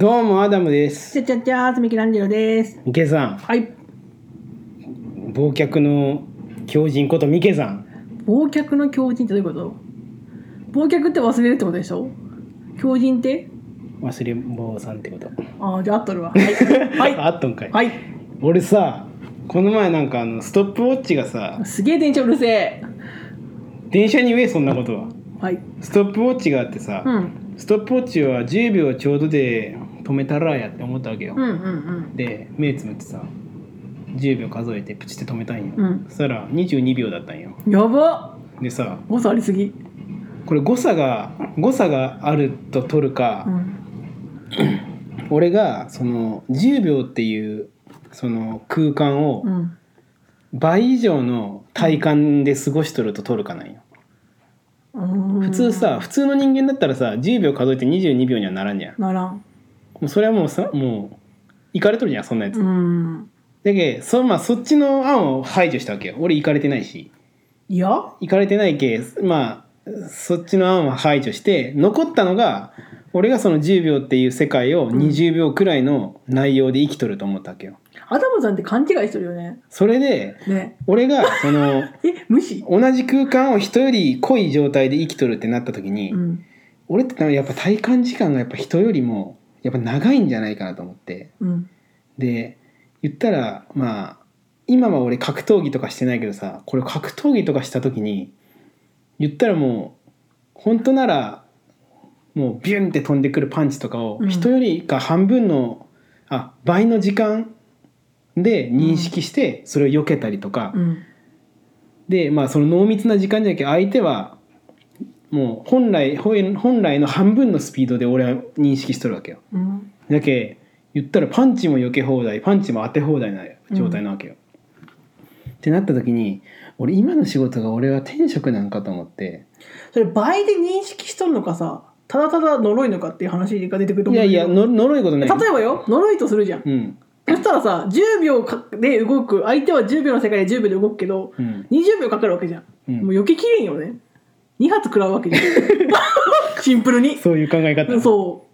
どうもアダムです。 ちゃちゃちゃー、ミケランジェロです。 ミケさん、 はい。 忘却の狂人ことミケさん。 忘却の狂人ってどういうこと？忘却って忘れるってことでしょ？狂人って忘れん坊さんってこと。 ああ、じゃあ合っとるわ。はい。はい、 あっとんかい。 はい。 俺さ、この前なんかストップウォッチがさ、 すげえ電車うるせえ。 電車に言えそんなことは。 はい。 ストップウォッチがあってさ、ストップウォッチは10秒ちょうどで止めたらやって思ったわけよ。で、目つむってさ、10秒数えてプチって止めたんよ。そしたら22秒だったんよ。 やばっ。 でさ、 誤差ありすぎ。 これ誤差があると取るか、俺がその10秒っていうその空間を倍以上の体感で過ごしとると取るかなんよ。普通の人間だったらさ、10秒数えて22秒にはならんじゃん。 ならん。 もうそれはもういかれとるじゃん、そんなやつ。だけどそっちの案を排除したわけよ。俺いかれてないし。 いやいかれてないけ、そっちの案は排除して残ったのが、俺がその10秒っていう世界を20秒くらいの内容で生きとると思ったわけよ。 アダムさんって勘違いしてるよね。 それで、 ね、 俺がその無視同じ空間を人より濃い状態で生きとるってなった時に、俺ってやっぱ体感時間がやっぱ人よりもやっぱ長いんじゃないかなと思って、で言ったら今は俺格闘技とかしてないけどさ、これ格闘技とかした時に言ったらもう本当ならもうビュンって飛んでくるパンチとかを人よりか半分の、倍の時間で認識してそれを避けたりとか、でその濃密な時間じゃなきゃ相手はもう本来の半分のスピードで俺は認識しとるわけよ。だけ言ったらパンチも避け放題、パンチも当て放題な状態なわけよ。ってなった時に、俺今の仕事が俺は天職なんかと思って。 それ倍で認識しとるのかさ、ただただ呪いのかっていう話が出てくると思うんだけど。 いや呪いことない。 例えばよ、呪いとするじゃん。そしたらさ、10秒で動く、相手は10秒の世界で10秒で動くけど、20秒かかるわけじゃん。もう避けきれんよね。2発食らうわけじゃん。シンプルに。 そういう考え方。 そう。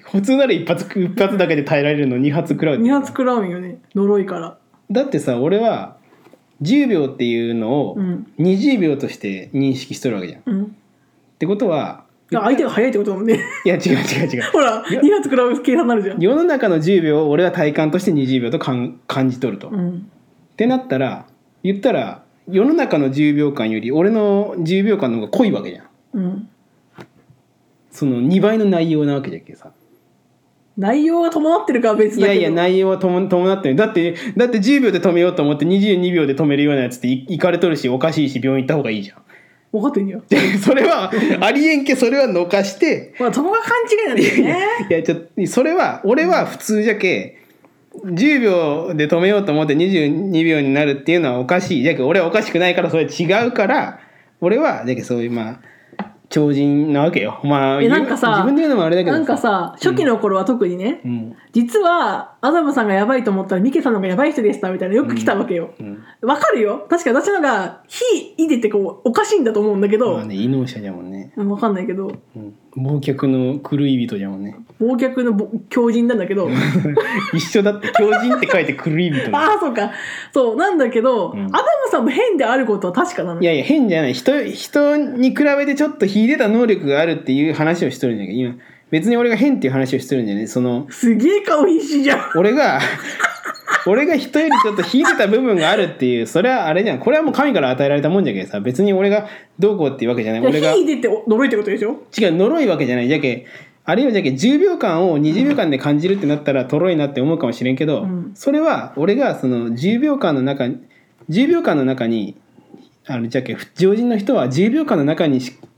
普通なら一発だけで耐えられるの2発食らう。 2発食らうんよね、呪いから。 だってさ、俺は10秒っていうのを20秒として認識しとるわけじゃん。ってことは相手が早いってことだもんね。 いや違う。 ほら、2発食らう計算になるじゃん。 世の中の10秒を俺は体感として20秒と感じ取ると。ってなったら、言ったら世の中の10秒間より俺の10秒間の方が濃いわけじゃん。その2倍の内容なわけじゃけさ。 内容が伴ってるかは別だけど。 いや内容は伴ってる。だって10秒で止めようと思って22秒で止めるようなやつっていかれとるし、おかしいし、病院行った方がいいじゃん。 分かってんよ。 それはありえんけ、それはのかして、 そこが勘違いなんだよね。 いやそれは俺は普通じゃけ、10秒で止めようと思って22秒になるっていうのはおかしい。じゃけ俺はおかしくないから、それ違うから、俺はじゃけそういう超人なわけよ。 なんかさ、 自分で言うのもあれだけど、 なんかさ、初期の頃は特にね、実はアダムさんがやばいと思ったらミケさんの方がやばい人でしたみたいなよく来たわけよ。わかるよ。確かに私のが非いでっておかしいんだと思うんだけど。 異能者じゃもんね。 わかんないけど。 忘却の狂い人じゃもんね。 忘却の狂人なんだけど。 一緒だって、狂人って書いて狂い人。 ああ、そうか。そうなんだけど、アダムさんも変であることは確かなの。 いや変じゃない。人に比べてちょっと秀でた能力があるっていう話をしてるんだけど、今別に俺が変っていう話をしてるんじゃね。 すげえ顔必死じゃん。 俺が人よりちょっと秀でた部分があるっていう、それはあれじゃん。これはもう神から与えられたもんじゃけどさ、別に俺がどうこうっていうわけじゃない。俺が秀でて呪いってことでしょ。 違う、呪いわけじゃない。じゃけあるいはじゃけ10秒間を20秒間で感じるってなったらとろいなって思うかもしれんけど、それは俺がその10秒間の中にじゃけ常人の人は10秒間の中に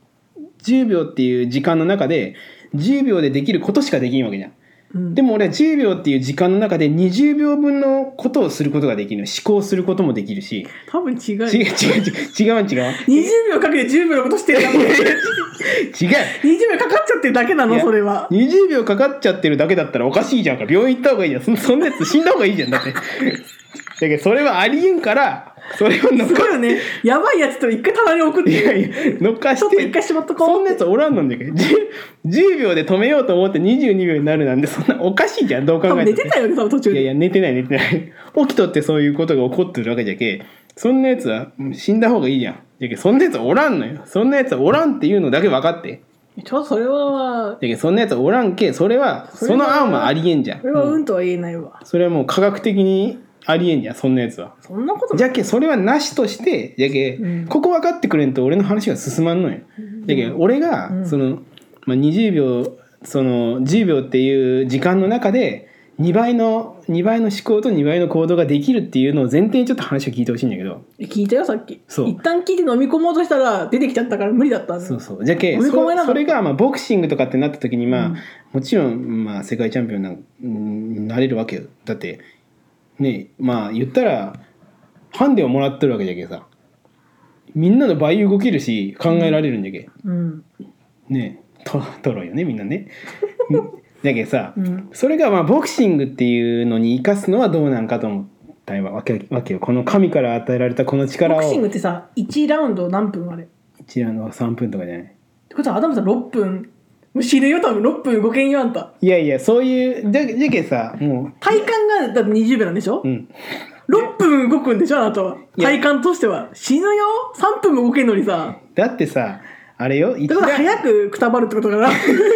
10秒っていう時間の中で10秒でできることしかできんわけじゃん。でも俺は10秒っていう時間の中で20秒分のことをすることができる。思考することもできるし。 多分違う。 違う。 20秒かけて10秒のことしてるだけ。 違う。 20秒かかっちゃってるだけなの、それは。 20秒かかっちゃってるだけだったらおかしいじゃんか。病院行った方がいいじゃん。そんなやつ死んだ方がいいじゃん。だって。 だけどそれはありえんからそれを乗っかすごいよね。やばいやつと一回棚に置くっていう。 乗っかしてちょっと一回しまっとこう。 そんなやつおらんのんだけど 10秒で止めようと思って22秒になるなんでそんなおかしいじゃんどう考えても。 多分寝てたよね多分途中で。 いや寝てない起きとってそういうことが起こってるわけじゃけそんなやつは死んだ方がいいじゃん。じゃけそんなやつはおらんのよ。そんなやつはおらんっていうのだけ分かって。 ちょっとそれはだけどそんなやつはおらんけそれはその案はありえんじゃん。 それはうんとは言えないわ。 それはもう科学的にありえんじゃんそんなやつは。 そんなことじゃけそれはなしとしてじゃけ、ここ分かってくれんと俺の話が進まんのよ。じゃけ俺がその、20秒その10秒っていう時間の中で2倍の思考と2倍の行動ができるっていうのを前提にちょっと話を聞いてほしいんだけど。 聞いたよさっき。 そう一旦聞いて飲み込もうとしたら出てきちゃったから無理だったんだ。 そうじゃけそれがボクシングとかってなった時にもちろん世界チャンピオンになれるわけよ。だってね言ったらハンデをもらってるわけじゃけさみんなの倍動けるし考えられるんじゃけ、ねトロいよねみんなねだけどさ、それがボクシングっていうのに生かすのはどうなんかと思ったわけよ。この神から与えられたこの力を。 ボクシングってさ1ラウンド何分あれ 1ラウンドは3分とかじゃないってことはアダムさん6分もう死ぬよ多分6分動けんよあんた。 いやそういうじゃけさもう体感がだって20秒なんでしょ、6分動くんでしょあなたは。体感としては死ぬよ3分も動けんのにさ。 だってさあれよってことは早くくたばるってことだから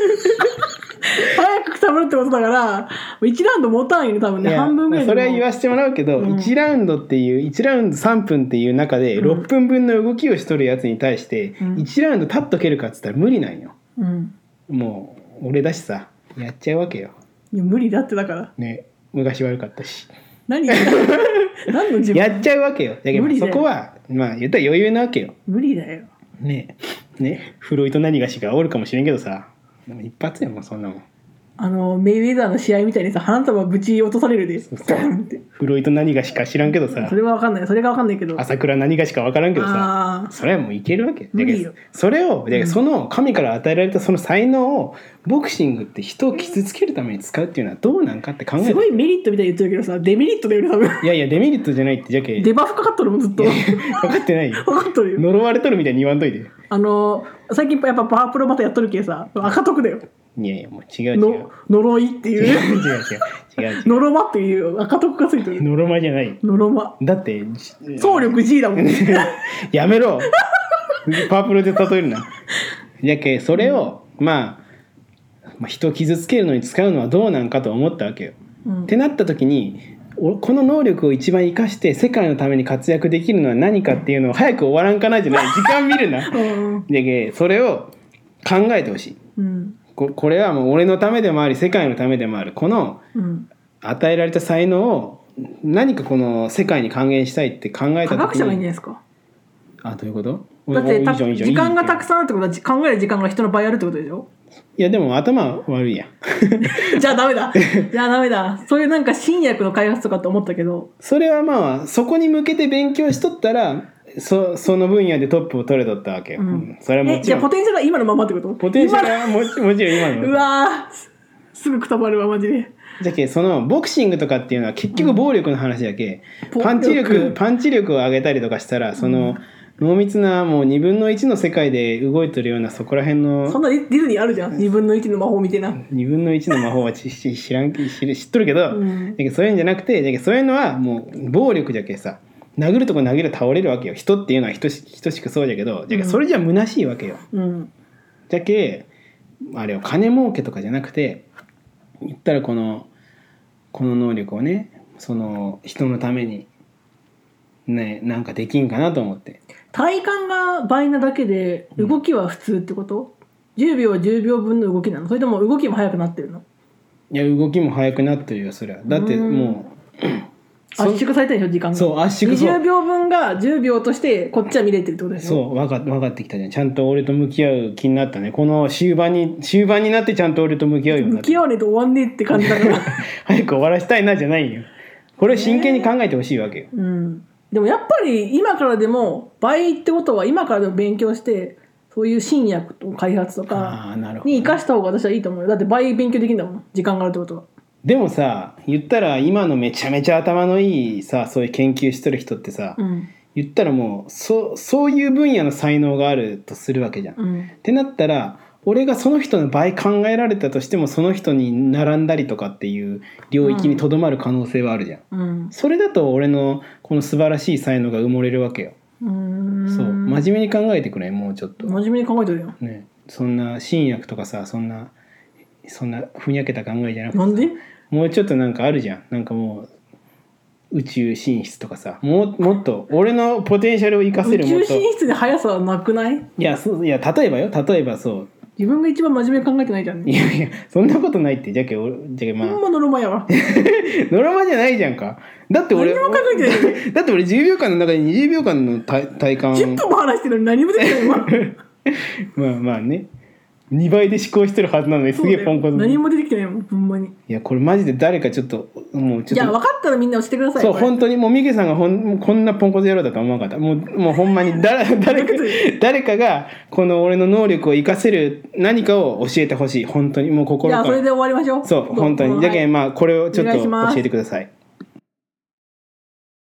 早くくたばるってことだから1ラウンド持たんよね多分ね。半分ぐらい。 それは言わせてもらうけど、1ラウンドっていう1ラウンド3分っていう中で6分分の動きをしとるやつに対して1ラウンド立っとけるかっつったら無理なんよ、もう俺だしさやっちゃうわけよ。 いや無理だってだからね昔悪かったし何の自分やっちゃうわけよ。だけどそこは言ったら余裕なわけよ。 無理だよねフロイト何がしがおるかもしれんけどさ一発やもんそんなもん。 メイウェザーの試合みたいにさ花束ぶち落とされるでフロイト何がしか知らんけどさそれは分かんないそれが分かんないけど朝倉何がしか分からんけどさそれはもういけるわけだけどそれをその神から与えられたその才能をボクシングって人を傷つけるために使うっていうのはどうなんかって考えてすごいメリットみたいに言ってるけどさデメリットだよね多分。 いやデメリットじゃないってじゃけデバフかかっとるもんずっと分かってないよ分かっとるよ呪われとるみたいに言わんといて。 最近やっぱパワープロまたやっとるけさ赤得だよ。 いやもう違う呪いっていう違うノロマっていう赤得がついてる。 ノロマじゃないノロマだって総力 G だもんやめろパワープロで例えるな。じゃけそれを人を傷つけるのに使うのはどうなんかと思ったわけよ、ってなった時にこの能力を一番生かして世界のために活躍できるのは何かっていうのを早く終わらんかなじゃない時間見るなでそれを考えてほしい、これはもう俺のためでもあり世界のためでもあるこの与えられた才能を何かこの世界に還元したいって考えた時に科学者がいいんじゃないですか。 どういうこと？ だって時間がたくさんあるってことは考える時間が人の倍あるってことでしょ。 いやでも頭悪いやんじゃあダメだそういうなんか新薬の開発とかって思ったけどそれはそこに向けて勉強しとったらその分野でトップを取れとったわけよ、それはもちろんじゃあポテンシャルは今のままってこと？ ポテンシャルはもちろん今のうわすぐくたばるわマジで。 じゃけそのボクシングとかっていうのは結局暴力の話だけ、パンチ力を上げたりとかしたらその、濃密なもう2分の1の世界で動いてるようなそこら辺のそんなディズニーあるじゃん2分の1の魔法みたいな。 2分の1の魔法は知っとるけど、そういうんじゃなくてそういうのはもう暴力じゃけさ殴るとこ殴る倒れるわけよ。人っていうのは等しくそうじゃけどそれじゃ虚しいわけよ、じゃけあれを金儲けとかじゃなくて言ったらこの能力をねその人のためにねなんかできんかなと思って。 体感が倍なだけで動きは普通ってこと、10秒は10秒分の動きなの？それとも動きも速くなってるの？ いや動きも速くなってるよそれは。だってもう圧縮されたでしょ時間が。 そう圧縮 20秒分が10秒としてこっちは見れてるってことでしょ。 そう分かってきたじゃん。ちゃんと俺と向き合う気になったね。この終盤になってちゃんと俺と向き合うようになって。 向き合わねえと終わんねえって感じだから早く終わらせたいなじゃないよ。これ真剣に考えてほしいわけよ、 でもやっぱり今からでも倍ってことは今からでも勉強してそういう新薬と開発とかに生かした方が私はいいと思うよ。だって倍勉強できるんだもん時間があるってことは。 でもさ言ったら今のめちゃめちゃ頭のいいさそういう研究してる人ってさ、言ったらもうそういう分野の才能があるとするわけじゃん。ってなったら俺がその人の倍考えられたとしてもその人に並んだりとかっていう領域にとどまる可能性はあるじゃん。それだと俺のこの素晴らしい才能が埋もれるわけよ。そう真面目に考えてくれもうちょっと。 真面目に考えてるよ。 ね、そんな新薬とかさそんなふにゃけた考えじゃなくてなんでもうちょっとなんかあるじゃん。なんかもう宇宙進出とかさもっと俺のポテンシャルを生かせる宇宙進出で速さはなくない？ いや例えばそう自分が一番真面目に考えてないじゃん、ね、 いやそんなことないってじゃけまあほんまノロマやわノロマじゃないじゃんか。だって俺何も考えてないだって俺10秒間の中で20秒間の体感 10分も話してるのに何もできないまあね2倍で思考してるはずなのにすげえポンコツ何も出てきてないもんほんまに。 いやこれマジで誰かちょっともうちょっといや分かったらみんな押してください。 そう本当にもうミケさんがこんなポンコツ野郎だとは思わなかった。もうほんまに誰かがこの俺の能力を生かせる何かを教えてほしい本当にもう心から。 じゃあそれで終わりましょう。 そう本当に、はい、じゃけんまあこれをちょっと教えてください。